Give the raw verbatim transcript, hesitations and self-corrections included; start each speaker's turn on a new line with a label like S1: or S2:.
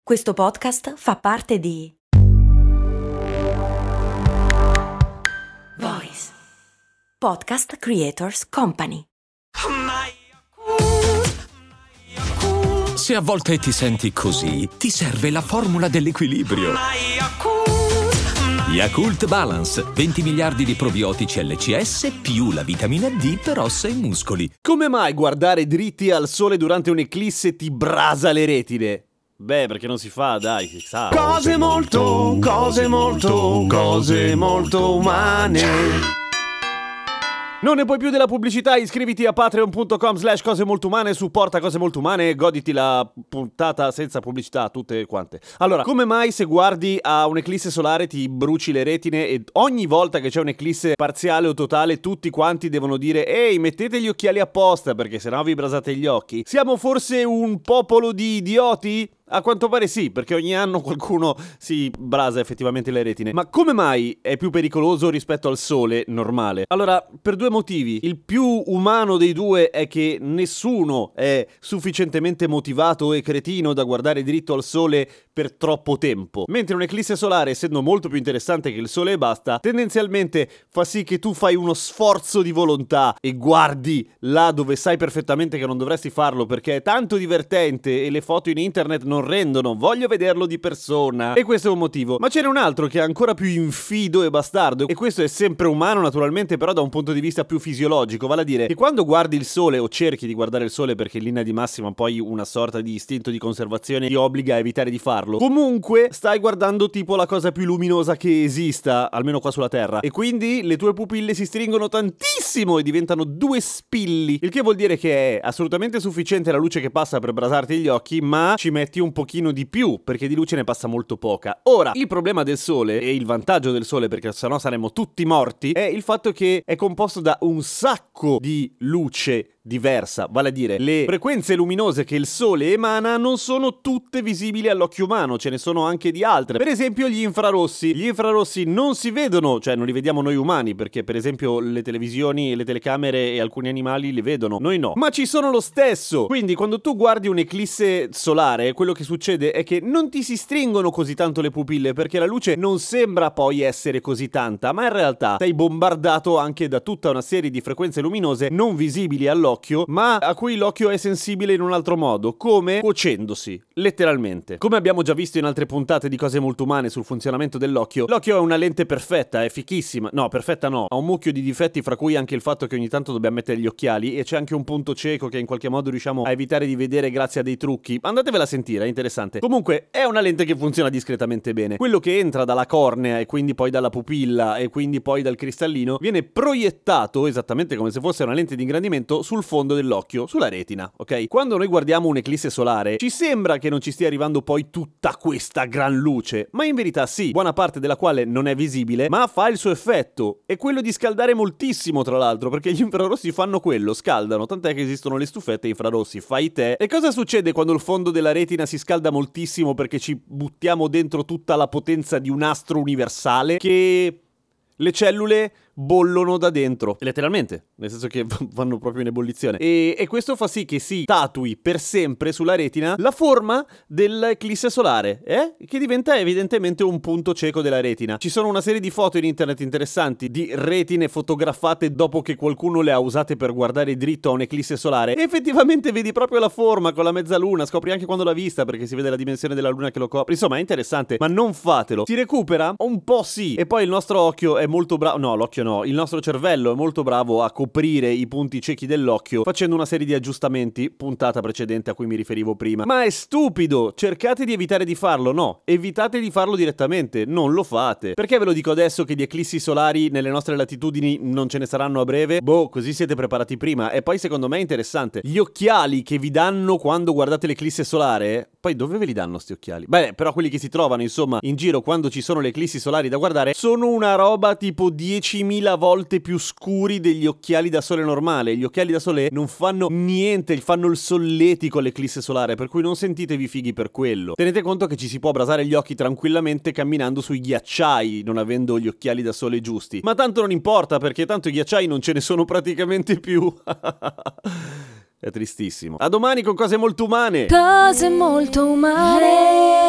S1: Questo podcast fa parte di Voice Podcast Creators Company.
S2: Se a volte ti senti così, ti serve la formula dell'equilibrio. Yakult Balance, venti miliardi di probiotici L C S più la vitamina D per ossa e muscoli.
S3: Come mai guardare dritti al sole durante un'eclisse ti brasa le retine? Beh, perché non si fa, dai, si sa.
S4: Cose molto, cose molto, cose molto umane.
S3: Non ne puoi più della pubblicità, iscriviti a patreon.com slash cose molto umane, supporta Cose Molto Umane e goditi la puntata senza pubblicità, tutte quante. Allora, come mai se guardi a un'eclisse solare ti bruci le retine e ogni volta che c'è un'eclisse parziale o totale tutti quanti devono dire ehi, mettete gli occhiali apposta perché sennò vi brasate gli occhi? Siamo forse un popolo di idioti? A quanto pare sì, perché ogni anno qualcuno si brasa effettivamente le retine. Ma come mai è più pericoloso rispetto al sole normale? Allora, per due motivi. Il più umano dei due è che nessuno è sufficientemente motivato e cretino da guardare dritto al sole per troppo tempo. Mentre un'eclisse solare, essendo molto più interessante che il sole e basta, tendenzialmente fa sì che tu fai uno sforzo di volontà e guardi là dove sai perfettamente che non dovresti farlo perché è tanto divertente e le foto in internet non rendono, voglio vederlo di persona. E questo è un motivo. Ma c'era un altro che è ancora più infido e bastardo, e questo è sempre umano naturalmente, però da un punto di vista più fisiologico, vale a dire che quando guardi il sole o cerchi di guardare il sole perché in linea di massima poi una sorta di istinto di conservazione ti obbliga a evitare di farlo, comunque stai guardando tipo la cosa più luminosa che esista, almeno qua sulla Terra, e quindi le tue pupille si stringono tantissimo e diventano due spilli, il che vuol dire che è assolutamente sufficiente la luce che passa per brasarti gli occhi, ma ci metti un un pochino di più perché di luce ne passa molto poca. Ora, il problema del sole e il vantaggio del sole, perché sennò saremmo tutti morti, è il fatto che è composto da un sacco di luce diversa, vale a dire le frequenze luminose che il sole emana non sono tutte visibili all'occhio umano, ce ne sono anche di altre. Per esempio gli infrarossi. Gli infrarossi non si vedono, cioè non li vediamo noi umani, perché per esempio le televisioni, le telecamere e alcuni animali li vedono, noi no, ma ci sono lo stesso. Quindi quando tu guardi un'eclisse solare, quello che succede è che non ti si stringono così tanto le pupille perché la luce non sembra poi essere così tanta, ma in realtà sei bombardato anche da tutta una serie di frequenze luminose non visibili all'occhio, ma a cui l'occhio è sensibile in un altro modo, come cuocendosi, letteralmente. Come abbiamo già visto in altre puntate di Cose Molto Umane sul funzionamento dell'occhio, l'occhio è una lente perfetta, è fichissima. No, perfetta no, ha un mucchio di difetti, fra cui anche il fatto che ogni tanto dobbiamo mettere gli occhiali e c'è anche un punto cieco che in qualche modo riusciamo a evitare di vedere grazie a dei trucchi. Andatevela a sentire, è interessante. Comunque è una lente che funziona discretamente bene. Quello che entra dalla cornea e quindi poi dalla pupilla e quindi poi dal cristallino viene proiettato, esattamente come se fosse una lente di ingrandimento, sul fondo dell'occhio, sulla retina, ok? Quando noi guardiamo un'eclisse solare ci sembra che non ci stia arrivando poi tutta questa gran luce, ma in verità sì, buona parte della quale non è visibile, ma fa il suo effetto, è quello di scaldare moltissimo tra l'altro, perché gli infrarossi fanno quello, scaldano, tant'è che esistono le stufette infrarossi, fai te. E cosa succede quando il fondo della retina si scalda moltissimo perché ci buttiamo dentro tutta la potenza di un astro universale? Che le cellule bollono da dentro, letteralmente, nel senso che vanno proprio in ebollizione, e, e questo fa sì che si tatui per sempre sulla retina la forma dell'eclisse solare, eh? Che diventa evidentemente un punto cieco della retina. Ci sono una serie di foto in internet interessanti di retine fotografate dopo che qualcuno le ha usate per guardare dritto a un'eclisse solare e effettivamente vedi proprio la forma con la mezzaluna, scopri anche quando l'ha vista perché si vede la dimensione della luna che lo copre. Insomma è interessante, ma non fatelo. Si recupera? Un po' sì, e poi il nostro occhio è molto bravo, no l'occhio no, il nostro cervello è molto bravo a coprire i punti ciechi dell'occhio facendo una serie di aggiustamenti, puntata precedente a cui mi riferivo prima. Ma è stupido, cercate di evitare di farlo, no, evitate di farlo direttamente, non lo fate. Perché ve lo dico adesso che di eclissi solari nelle nostre latitudini non ce ne saranno a breve? Boh, così siete preparati prima. E poi secondo me è interessante, gli occhiali che vi danno quando guardate l'eclisse solare, poi dove ve li danno sti occhiali? Beh, però quelli che si trovano insomma in giro quando ci sono le eclissi solari da guardare sono una roba tipo diecimila volte più scuri degli occhiali da sole normale. Gli occhiali da sole non fanno niente, fanno il solletico all'eclisse solare, per cui non sentitevi fighi per quello. Tenete conto che ci si può brasare gli occhi tranquillamente camminando sui ghiacciai, non avendo gli occhiali da sole giusti. Ma tanto non importa, perché tanto i ghiacciai non ce ne sono praticamente più. È tristissimo. A domani con Cose Molto Umane.
S1: Cose molto umane.